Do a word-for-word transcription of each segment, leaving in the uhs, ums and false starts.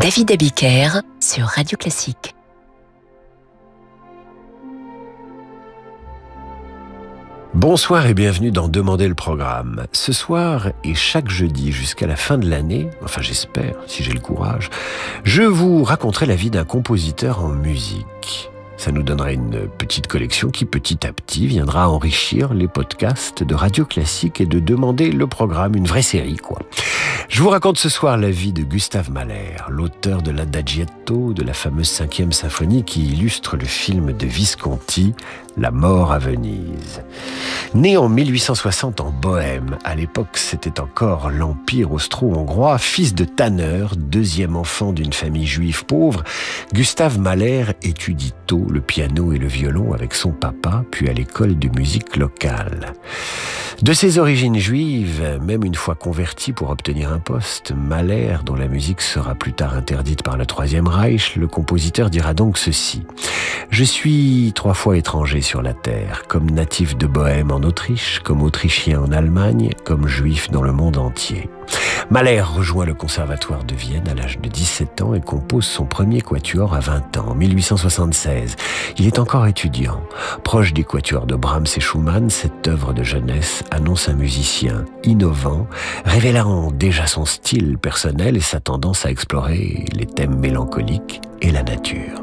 David Abiker sur Radio Classique. Bonsoir et bienvenue dans Demandez le programme. Ce soir et chaque jeudi jusqu'à la fin de l'année, enfin j'espère, si j'ai le courage, je vous raconterai la vie d'un compositeur en musique. Ça nous donnera une petite collection qui petit à petit viendra enrichir les podcasts de Radio Classique et de Demander le programme, une vraie série quoi. Je vous raconte ce soir la vie de Gustav Mahler, l'auteur de l'Adagietto, de la fameuse cinquième symphonie qui illustre le film de Visconti, La mort à Venise. Né en mille huit cent soixante en Bohême, à l'époque c'était encore l'Empire austro-hongrois, fils de tanneur, deuxième enfant d'une famille juive pauvre, Gustav Mahler étudie tôt le piano et le violon avec son papa, puis à l'école de musique locale. De ses origines juives, même une fois converti pour obtenir un poste, Mahler, dont la musique sera plus tard interdite par le Troisième Reich, le compositeur dira donc ceci. « Je suis trois fois étranger sur la terre, comme natif de Bohême en Autriche, comme autrichien en Allemagne, comme juif dans le monde entier. » Mahler rejoint le conservatoire de Vienne à l'âge de dix-sept ans et compose son premier quatuor à vingt ans, en mille huit cent soixante-seize. Il est encore étudiant. Proche des quatuors de Brahms et Schumann, cette œuvre de jeunesse annonce un musicien innovant, révélant déjà son style personnel et sa tendance à explorer les thèmes mélancoliques et la nature.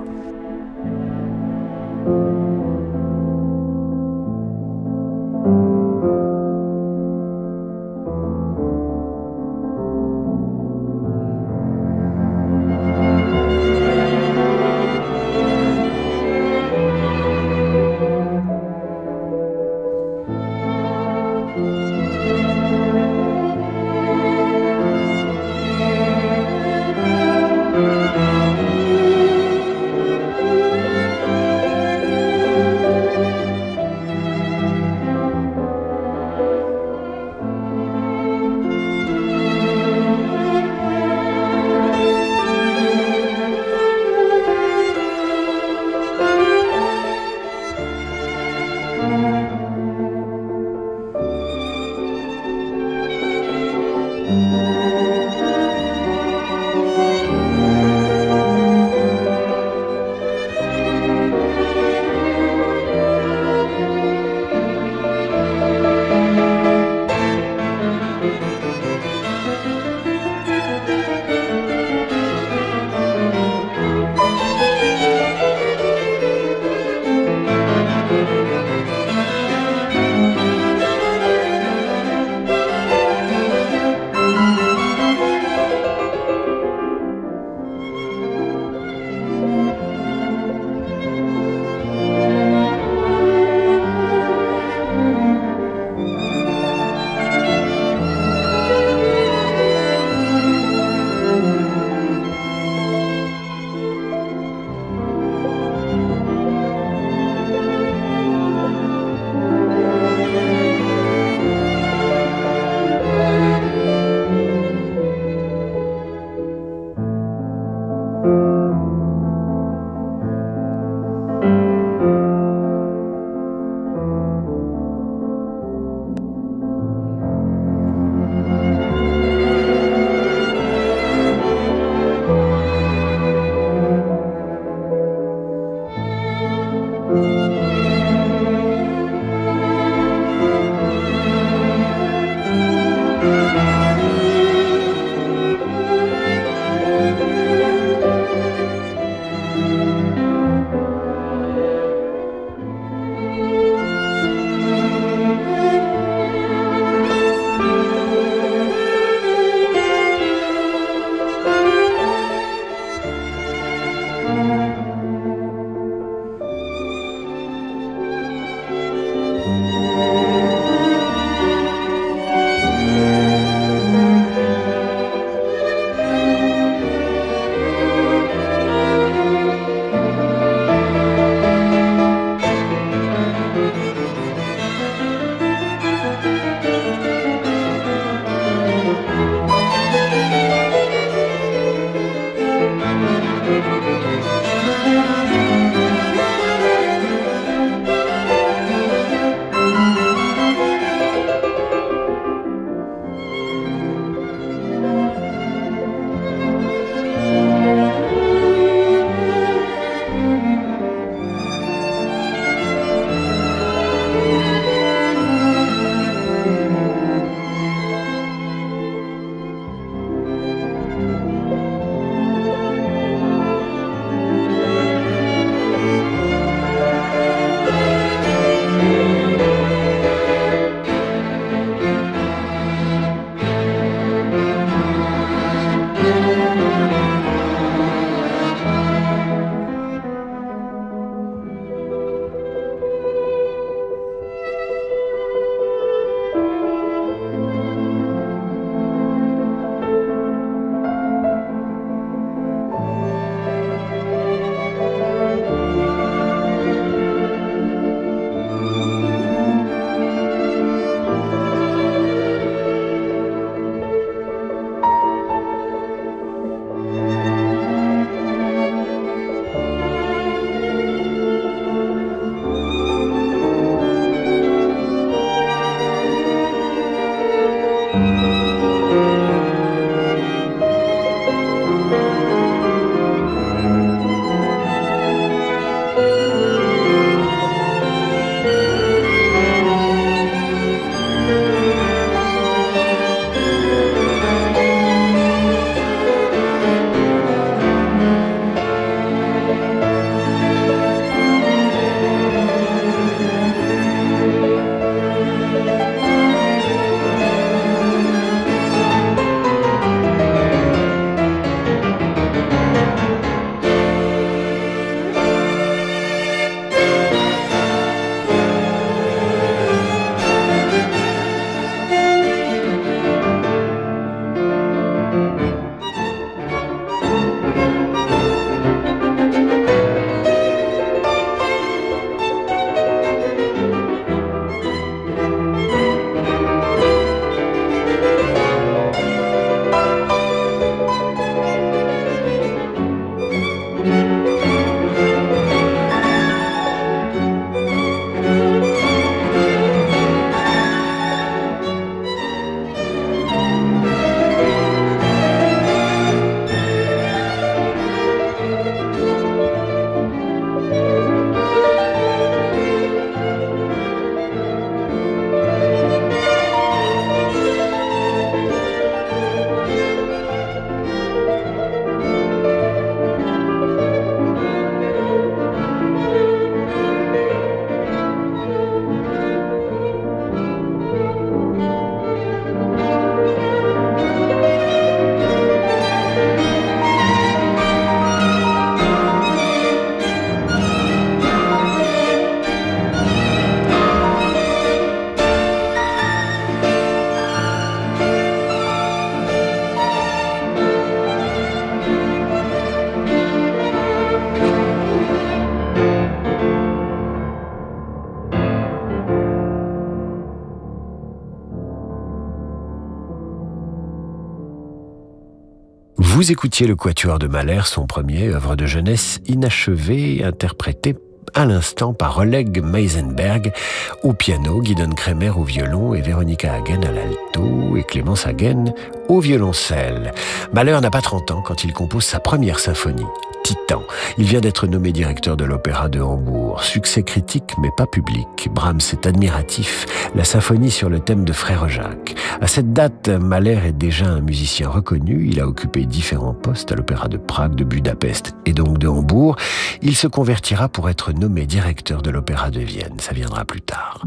Vous écoutiez le Quatuor de Mahler, son premier, œuvre de jeunesse inachevée, interprétée à l'instant par Oleg Meisenberg au piano, Guidon Kremer au violon et Veronica Hagen à l'alto et Clémence Hagen au violoncelle. Mahler n'a pas trente ans quand il compose sa première symphonie, Titan. Il vient d'être nommé directeur de l'Opéra de Hambourg. Succès critique mais pas public. Brahms est admiratif. La symphonie sur le thème de Frère Jacques. À cette date, Mahler est déjà un musicien reconnu. Il a occupé différents postes à l'Opéra de Prague, de Budapest et donc de Hambourg. Il se convertira pour être nommé directeur de l'Opéra de Vienne. Ça viendra plus tard.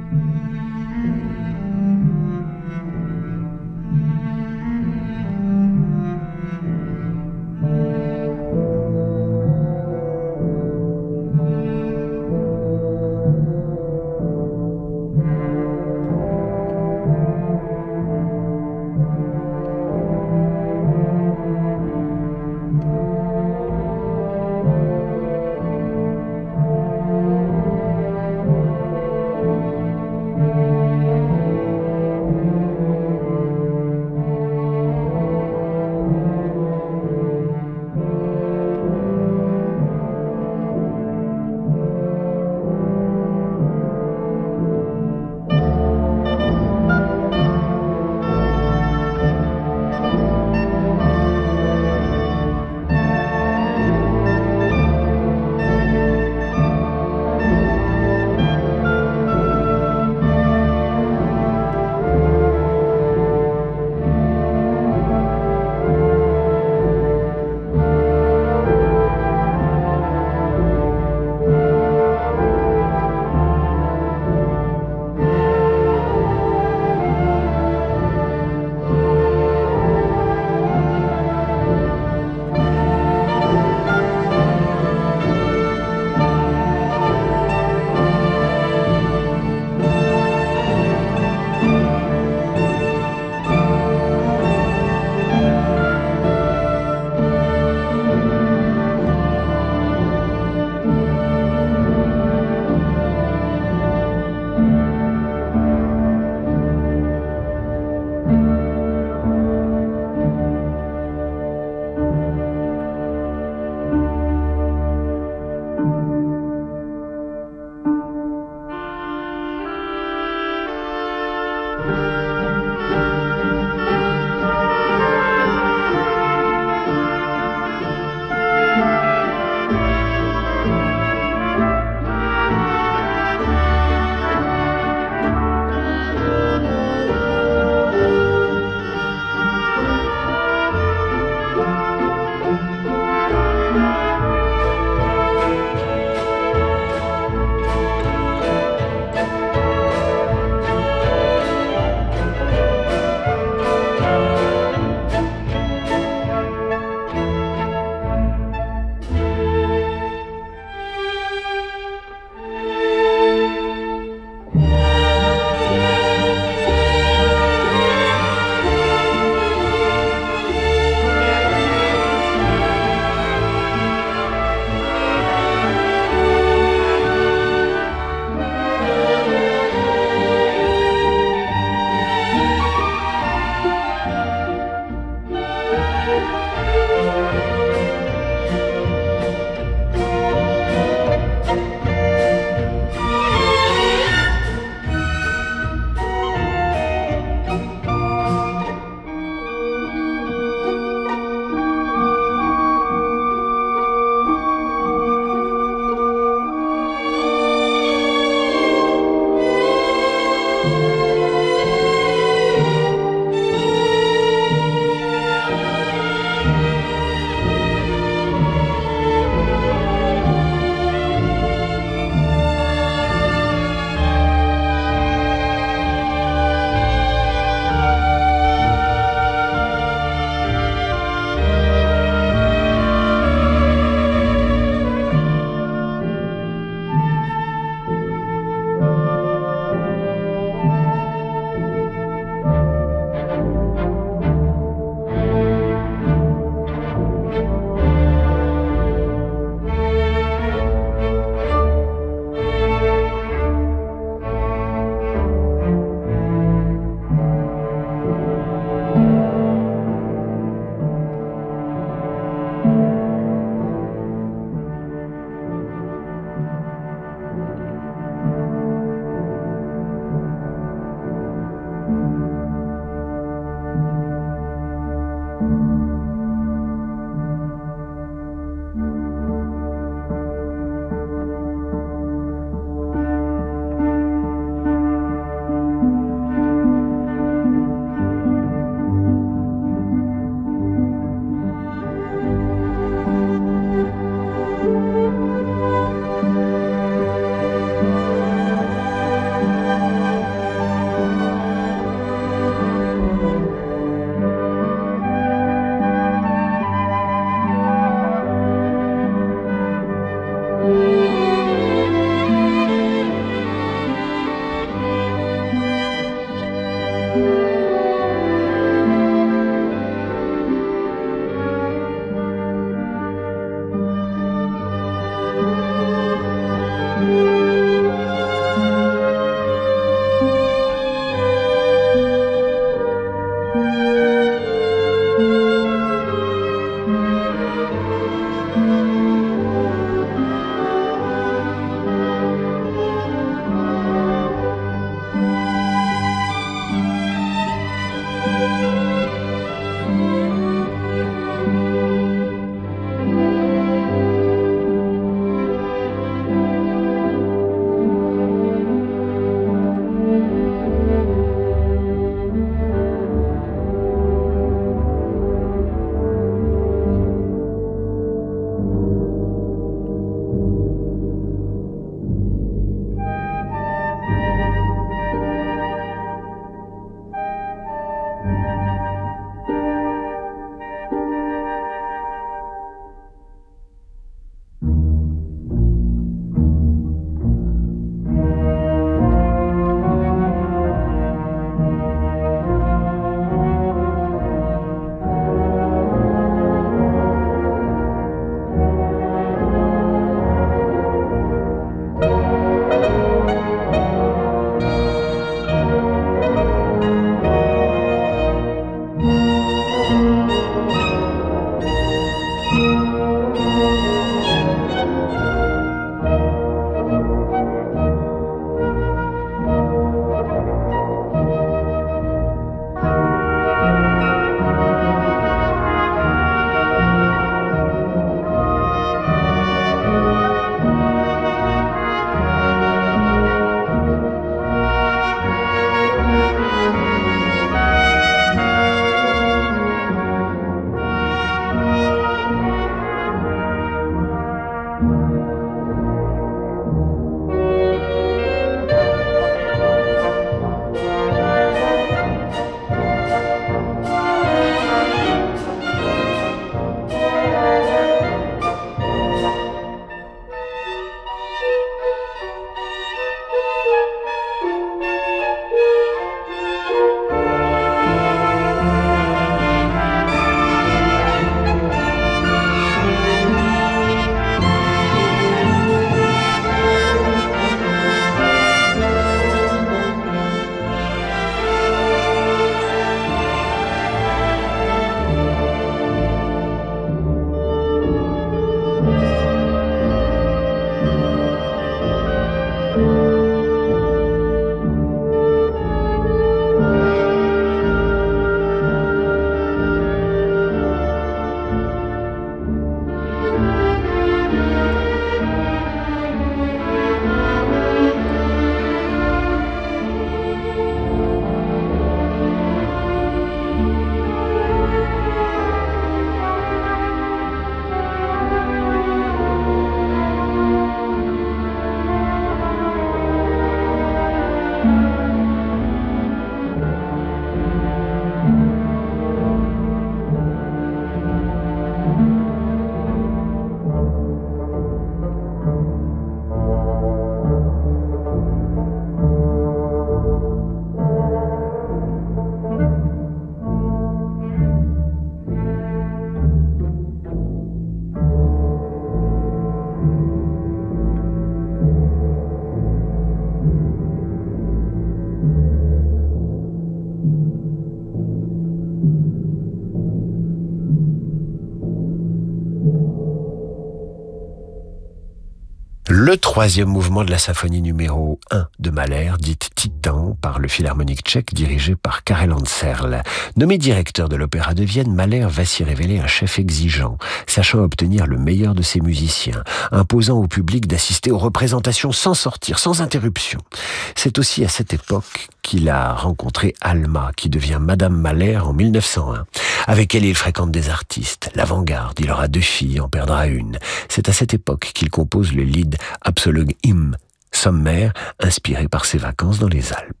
Le troisième mouvement de la symphonie numéro un de Mahler, dite Titan, par le Philharmonique tchèque dirigé par Karel Anserl. Nommé directeur de l'Opéra de Vienne, Mahler va s'y révéler un chef exigeant, sachant obtenir le meilleur de ses musiciens, imposant au public d'assister aux représentations sans sortir, sans interruption. C'est aussi à cette époque qu'il a rencontré Alma, qui devient Madame Mahler en mille neuf cent un. Avec elle, il fréquente des artistes, l'avant-garde, il aura deux filles, en perdra une. C'est à cette époque qu'il compose le lied Absolung im Sommer, inspiré par ses vacances dans les Alpes.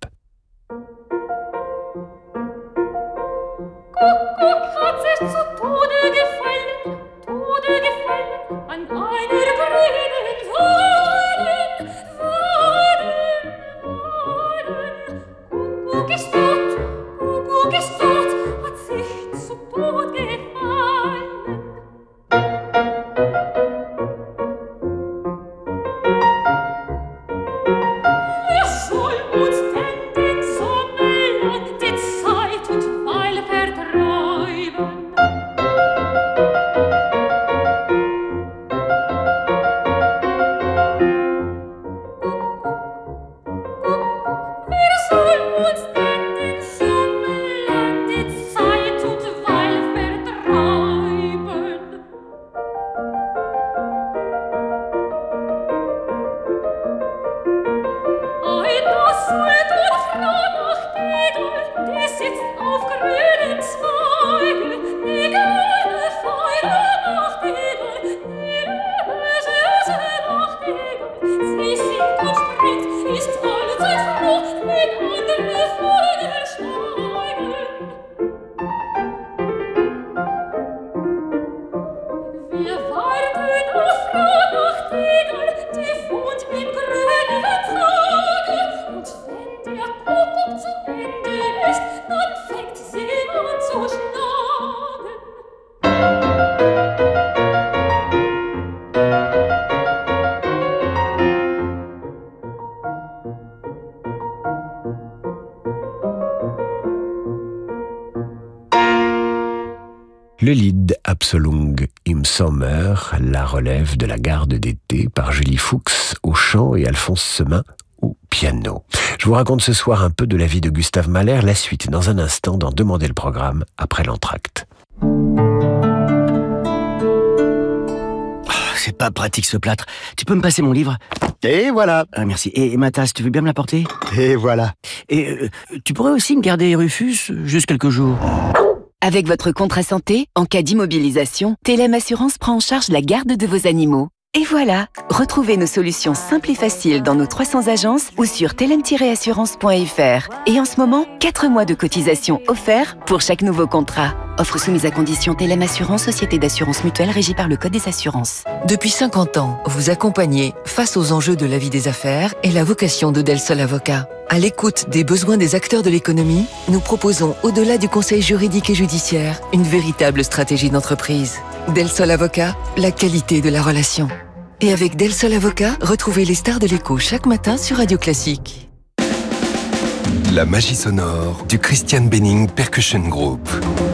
Kuckuck hat sich zu Tode gefallen, Tode gefallen, an einer grünen Waden, Waden, Waden. Kuckuck ist tot, Kuckuck ist tot, hat sich zu Tod gefallen. Wer soll uns denn den Sommer lang die Zeit und Weile vertreiben? Wer soll uns denn den Sommer lang die Zeit und Weile vertreiben? Ei, das sollt und Frau Nachtigall, die sitzt auf grünen Zweigen, die grüne, feine Nachtigall, die böse Nachtigall. Sie singt und springt, ist allezeit froh, wenn andere Vögel schweigen. Wir warten auf Frau Nachtigall, die wohnt im grünen Tage. Und wenn der Kuckuck zu Ende ist, dann fängt sie an zu schlagen. Le lied Absolung im Sommer, la relève de la garde d'été par Julie Fuchs au chant et Alphonse Semin au piano. Je vous raconte ce soir un peu de la vie de Gustav Mahler, la suite dans un instant dans Demandez le programme après l'entracte. C'est pas pratique ce plâtre. Tu peux me passer mon livre ? Et voilà. Ah, merci. Et, et ma tasse, tu veux bien me l'apporter ? Et voilà. Et euh, tu pourrais aussi me garder Rufus juste quelques jours. Avec votre contrat santé, en cas d'immobilisation, Telem Assurance prend en charge la garde de vos animaux. Et voilà, retrouvez nos solutions simples et faciles dans nos trois cents agences ou sur telem tiret assurance point f r. Et en ce moment, quatre mois de cotisation offerts pour chaque nouveau contrat. Offre soumise à condition. Telem Assurance, société d'assurance mutuelle régie par le Code des assurances. Depuis cinquante ans, vous accompagnez face aux enjeux de la vie des affaires et la vocation de Del Sol Avocat. À l'écoute des besoins des acteurs de l'économie, nous proposons, au-delà du conseil juridique et judiciaire, une véritable stratégie d'entreprise. Del Sol Avocat, la qualité de la relation. Et avec Del Sol Avocat, retrouvez les stars de l'écho chaque matin sur Radio Classique. La magie sonore du Christian Benning Percussion Group.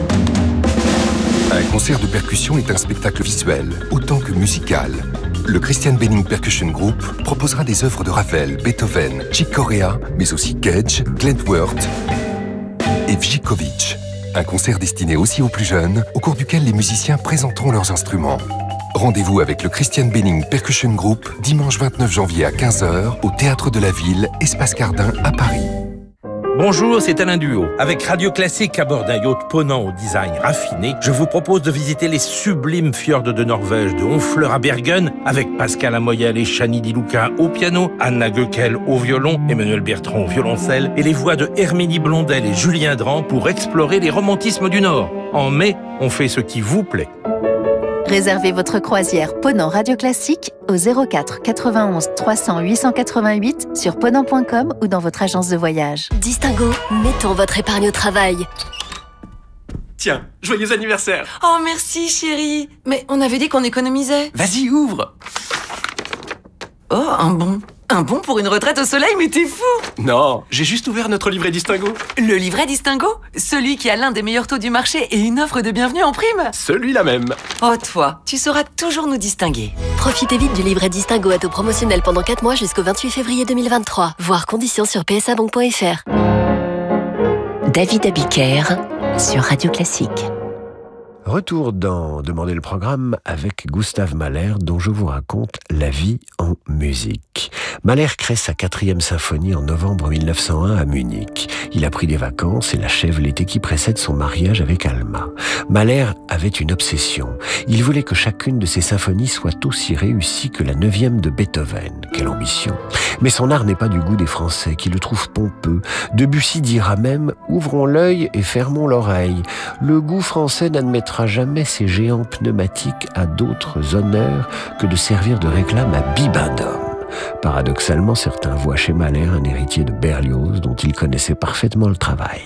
Un concert de percussion est un spectacle visuel autant que musical. Le Christian Benning Percussion Group proposera des œuvres de Ravel, Beethoven, Chick Corea, mais aussi Cage, Glentworth et Vjikovic. Un concert destiné aussi aux plus jeunes, au cours duquel les musiciens présenteront leurs instruments. Rendez-vous avec le Christian Benning Percussion Group dimanche vingt-neuf janvier à quinze heures au Théâtre de la Ville, Espace Cardin à Paris. Bonjour, c'est Alain Duhaut. Avec Radio Classique à bord d'un yacht ponant au design raffiné, je vous propose de visiter les sublimes fjords de Norvège, de Honfleur à Bergen, avec Pascal Amoyel et Chani Di Luca au piano, Anna Goeckel au violon, Emmanuel Bertrand au violoncelle, et les voix de Herminie Blondel et Julien Dran pour explorer les romantismes du Nord. En mai, on fait ce qui vous plaît. Réservez votre croisière Ponant Radio Classique au zéro quatre quatre-vingt-onze trois cents huit cent quatre-vingt-huit sur ponant point com ou dans votre agence de voyage. Distingo, mettons votre épargne au travail. Tiens, joyeux anniversaire. Oh merci chérie. Mais on avait dit qu'on économisait. Vas-y, ouvre. Oh, un bon. Un bon pour une retraite au soleil, mais t'es fou! Non, j'ai juste ouvert notre livret Distingo. Le livret Distingo? Celui qui a l'un des meilleurs taux du marché et une offre de bienvenue en prime? Celui-là même. Oh toi, tu sauras toujours nous distinguer. Profitez vite du livret Distingo à taux promotionnel pendant quatre mois jusqu'au vingt-huit février deux mille vingt-trois. Voir conditions sur p s a bank point f r. David Abiker sur Radio Classique. Retour dans Demandez le programme avec Gustave Mahler, dont je vous raconte la vie en musique. Mahler crée sa quatrième symphonie en novembre mille neuf cent un à Munich. Il a pris des vacances et l'achève l'été qui précède son mariage avec Alma. Mahler avait une obsession. Il voulait que chacune de ses symphonies soit aussi réussie que la neuvième de Beethoven. Quelle ambition! Mais son art n'est pas du goût des Français, qui le trouvent pompeux. Debussy dira même « Ouvrons l'œil et fermons l'oreille ». Le goût français n'admettra jamais ces géants pneumatiques à d'autres honneurs que de servir de réclame à Bibendum. Paradoxalement, certains voient chez Mahler un héritier de Berlioz dont il connaissait parfaitement le travail.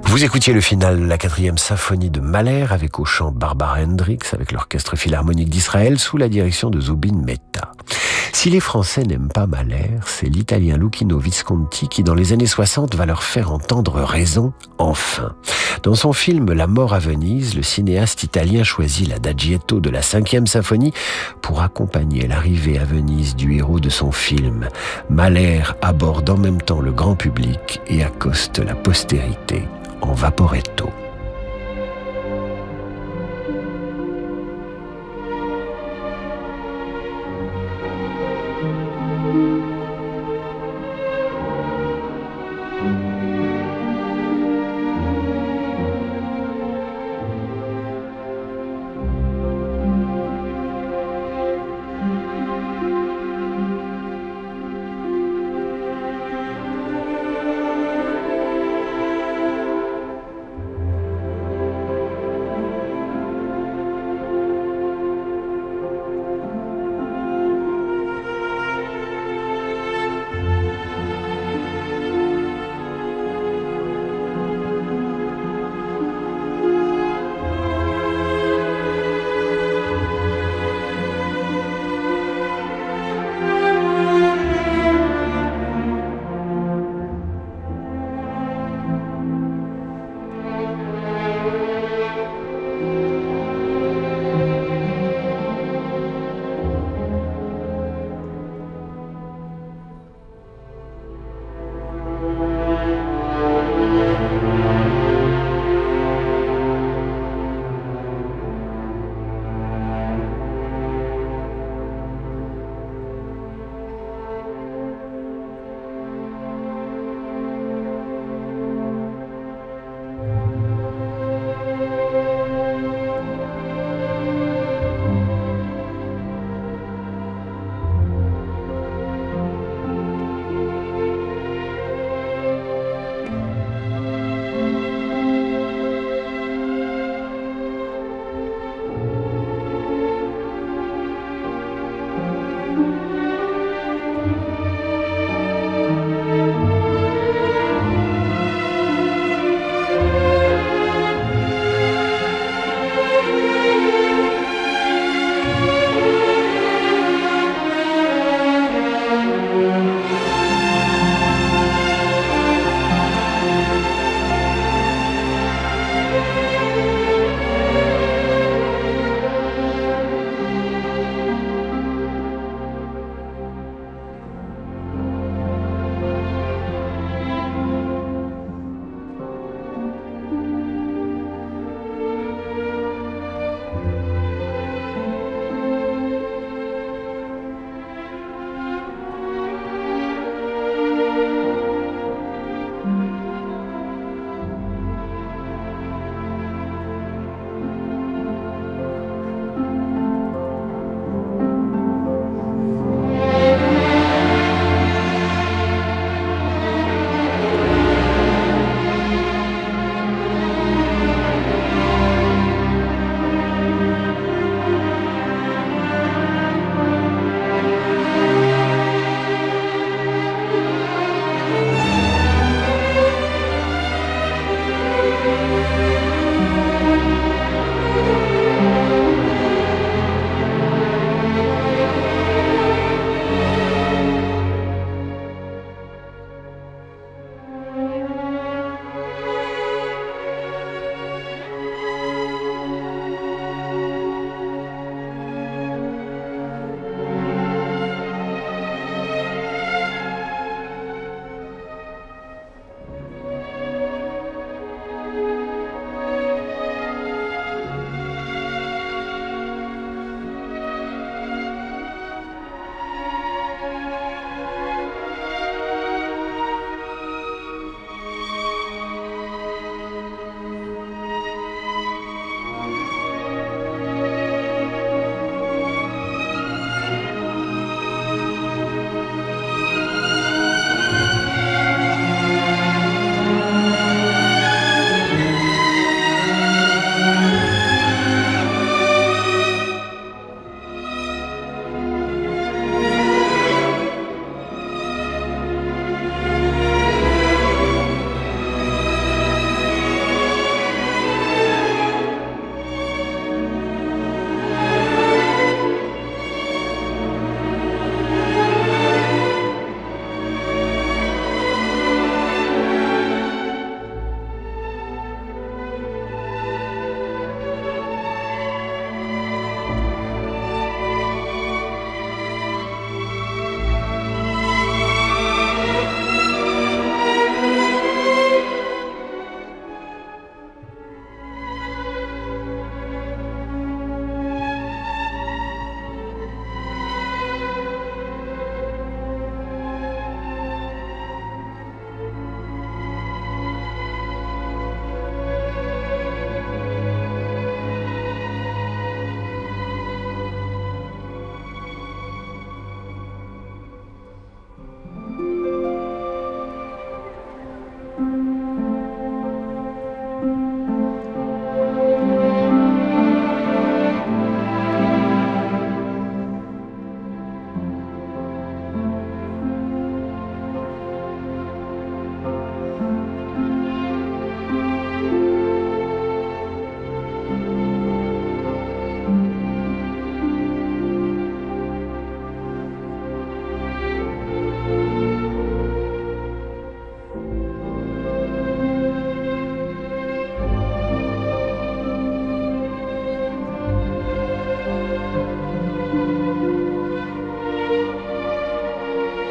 Vous écoutiez le final de la quatrième symphonie de Mahler avec au chant Barbara Hendricks avec l'Orchestre Philharmonique d'Israël sous la direction de Zubin Mehta. Si les Français n'aiment pas Mahler, c'est l'Italien Luchino Visconti qui, dans les années soixante, va leur faire entendre raison, enfin. Dans son film La mort à Venise, le cinéaste italien choisit l'adagietto de la cinquième symphonie pour accompagner l'arrivée à Venise du héros de son film. Mahler aborde en même temps le grand public et accoste la postérité en vaporetto.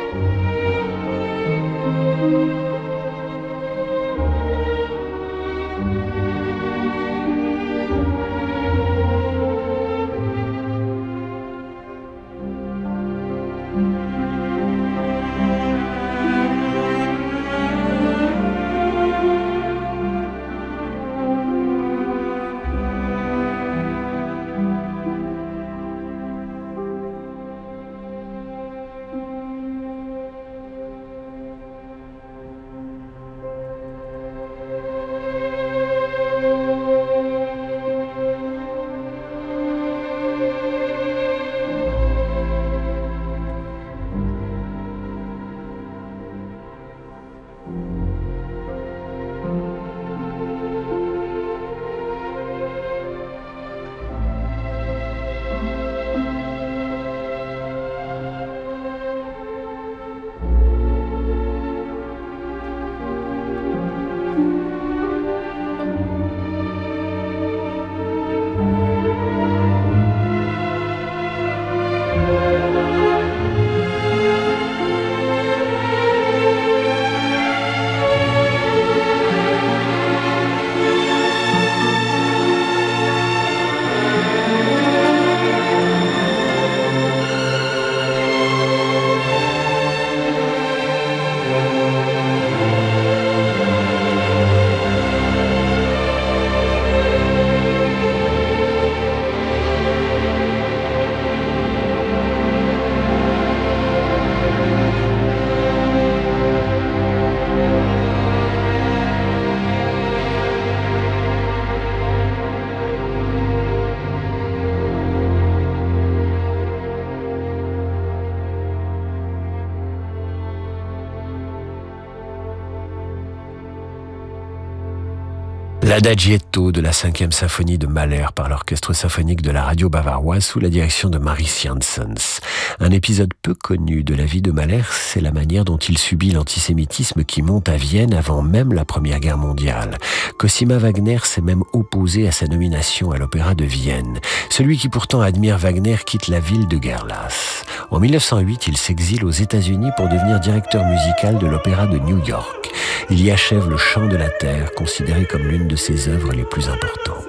L'Adagietto de la cinquième symphonie de Mahler par l'orchestre symphonique de la radio bavaroise sous la direction de Maris Janssens. Un épisode peu connu de la vie de Mahler, c'est la manière dont il subit l'antisémitisme qui monte à Vienne avant même la Première Guerre mondiale. Cosima Wagner s'est même opposé à sa nomination à l'Opéra de Vienne. Celui qui pourtant admire Wagner quitte la ville de Gerlas. En mille neuf cent huit, il s'exile aux États-Unis pour devenir directeur musical de l'Opéra de New York. Il y achève le Chant de la Terre, considéré comme l'une de ses œuvres les plus importantes.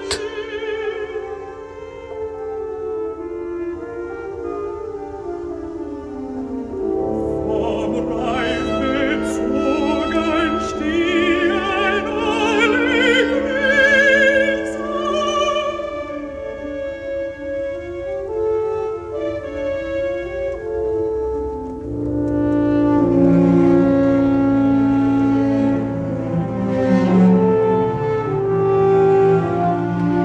Thank you.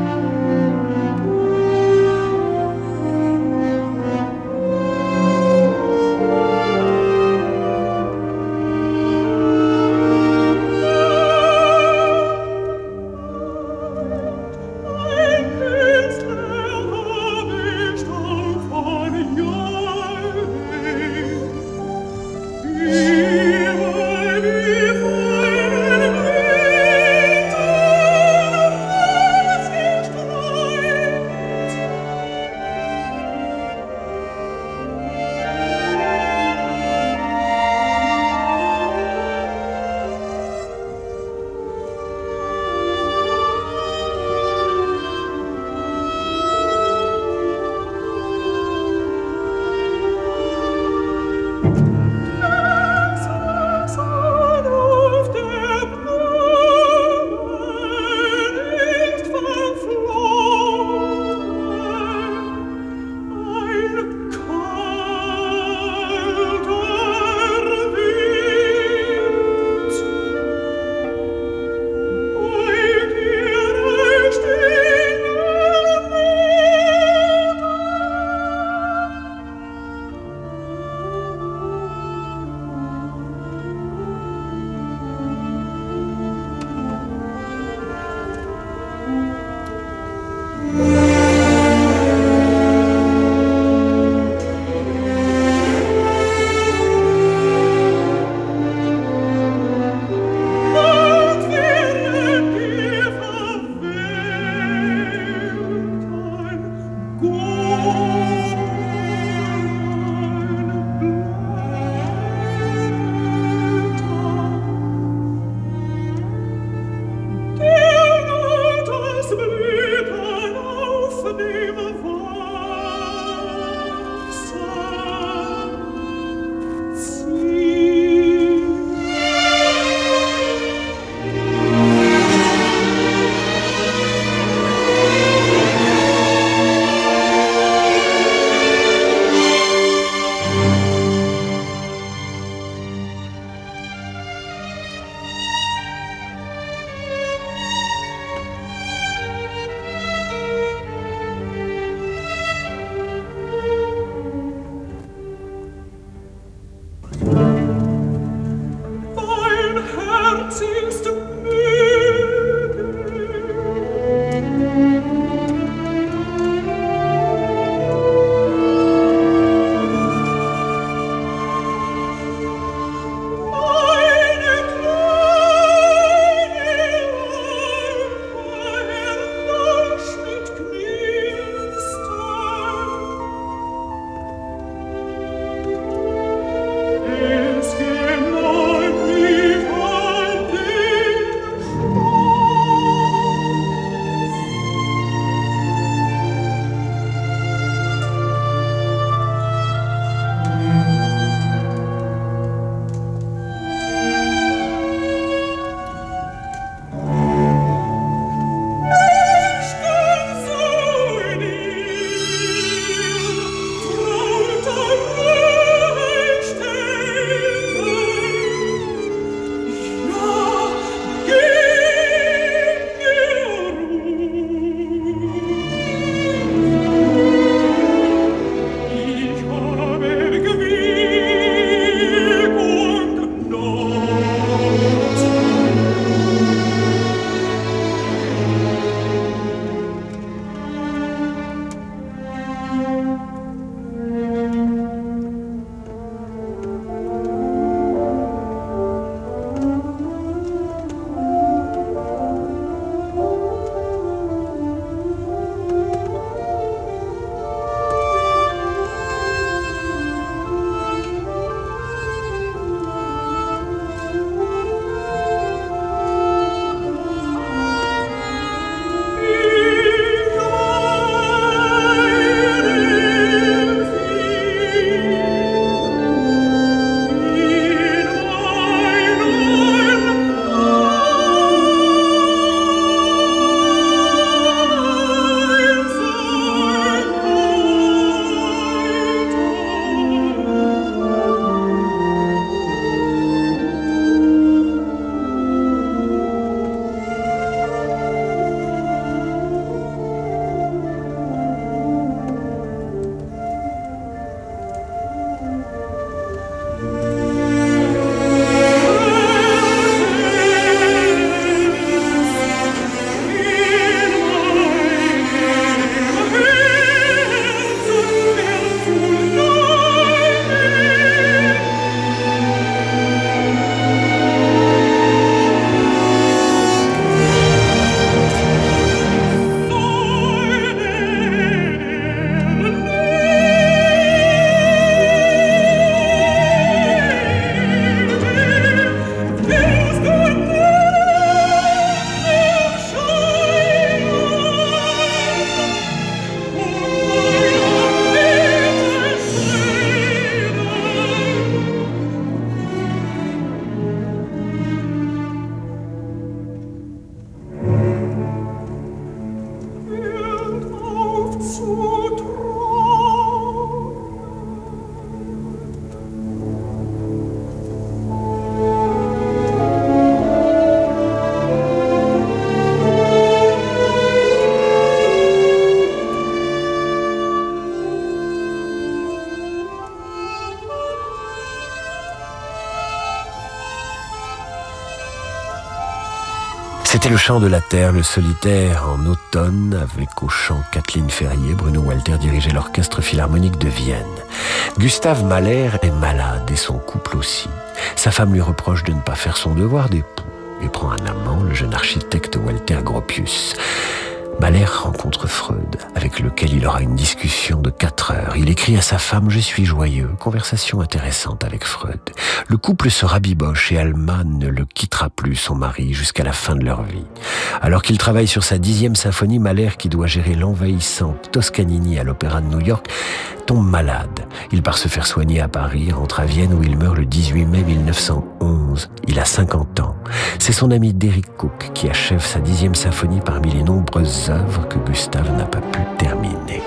C'était le chant de la terre, le solitaire en automne, avec au chant Kathleen Ferrier. Bruno Walter dirigeait l'orchestre philharmonique de Vienne. Gustave Mahler est malade et son couple aussi. Sa femme lui reproche de ne pas faire son devoir d'époux et prend un amant, le jeune architecte Walter Gropius. Mahler rencontre Freud, avec lequel il aura une discussion de quatre heures. Il écrit à sa femme « Je suis joyeux ». Conversation intéressante avec Freud. Le couple se rabiboche et Alma ne le quittera plus, son mari, jusqu'à la fin de leur vie. Alors qu'il travaille sur sa dixième symphonie, Mahler, qui doit gérer l'envahissant Toscanini à l'Opéra de New York, tombe malade. Il part se faire soigner à Paris, rentre à Vienne où il meurt le dix-huit mai mille neuf cent onze. Il a cinquante ans. C'est son ami Derek Cook qui achève sa dixième symphonie parmi les nombreuses œuvres que Gustave n'a pas pu terminer.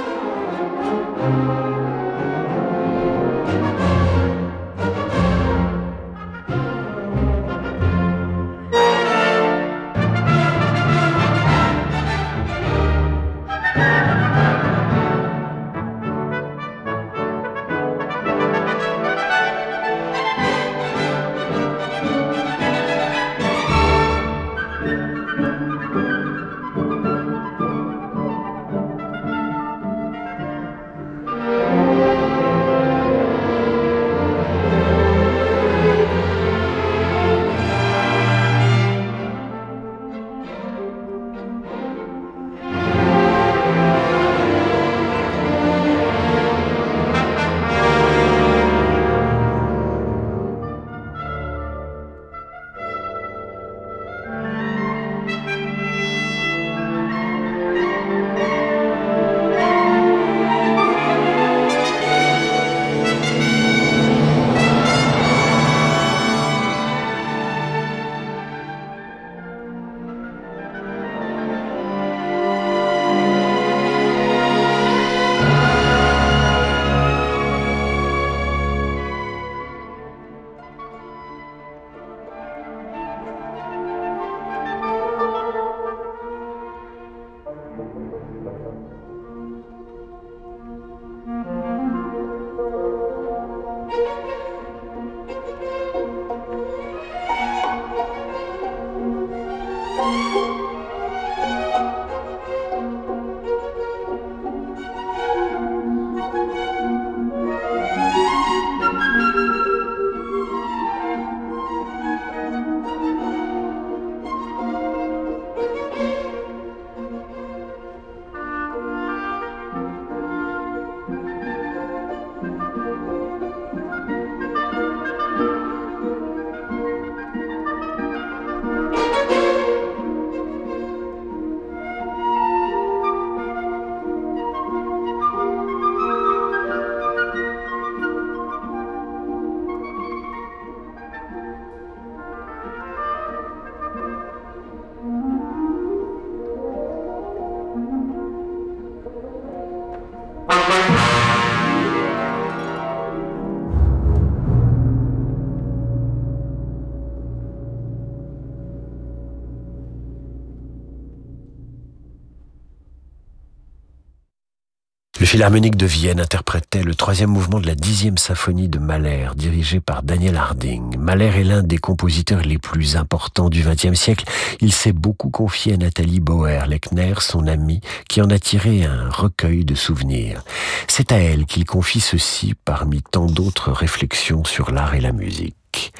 Le Philharmonique de Vienne interprétait le troisième mouvement de la dixième symphonie de Mahler, dirigé par Daniel Harding. Mahler est l'un des compositeurs les plus importants du vingtième siècle. Il s'est beaucoup confié à Nathalie Bauer-Lechner, son amie, qui en a tiré un recueil de souvenirs. C'est à elle qu'il confie ceci parmi tant d'autres réflexions sur l'art et la musique.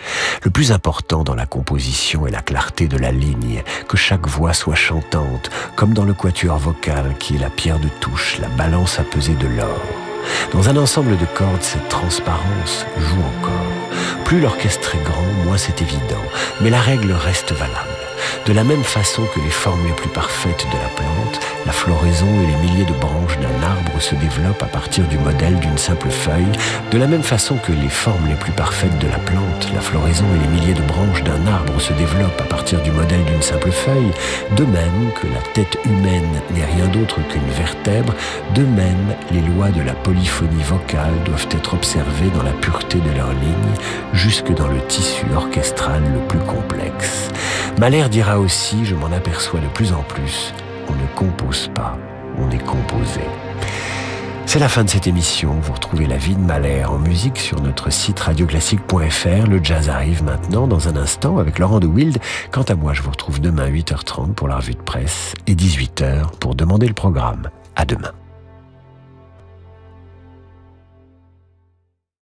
Le plus important dans la composition est la clarté de la ligne, que chaque voix soit chantante, comme dans le quatuor vocal qui est la pierre de touche, la balance à peser de l'or. Dans un ensemble de cordes, cette transparence joue encore. Plus l'orchestre est grand, moins c'est évident, mais la règle reste valable. De la même façon que les formes les plus parfaites de la plante, la floraison et les milliers de branches d'un arbre se développent à partir du modèle d'une simple feuille, de la même façon que les formes les plus parfaites de la plante, la floraison et les milliers de branches d'un arbre se développent à partir du modèle d'une simple feuille, de même que la tête humaine n'est rien d'autre qu'une vertèbre, de même les lois de la polyphonie vocale doivent être observées dans la pureté de leurs lignes, jusque dans le tissu orchestral le plus complexe. Mahler dira aussi, je m'en aperçois de plus en plus, on ne compose pas, on est composé. C'est la fin de cette émission. Vous retrouvez La Vie de Mahler en musique sur notre site radio classique point f r. Le jazz arrive maintenant, dans un instant, avec Laurent de Wild. Quant à moi, je vous retrouve demain à huit heures trente pour la revue de presse et dix-huit heures pour demander le programme. À demain.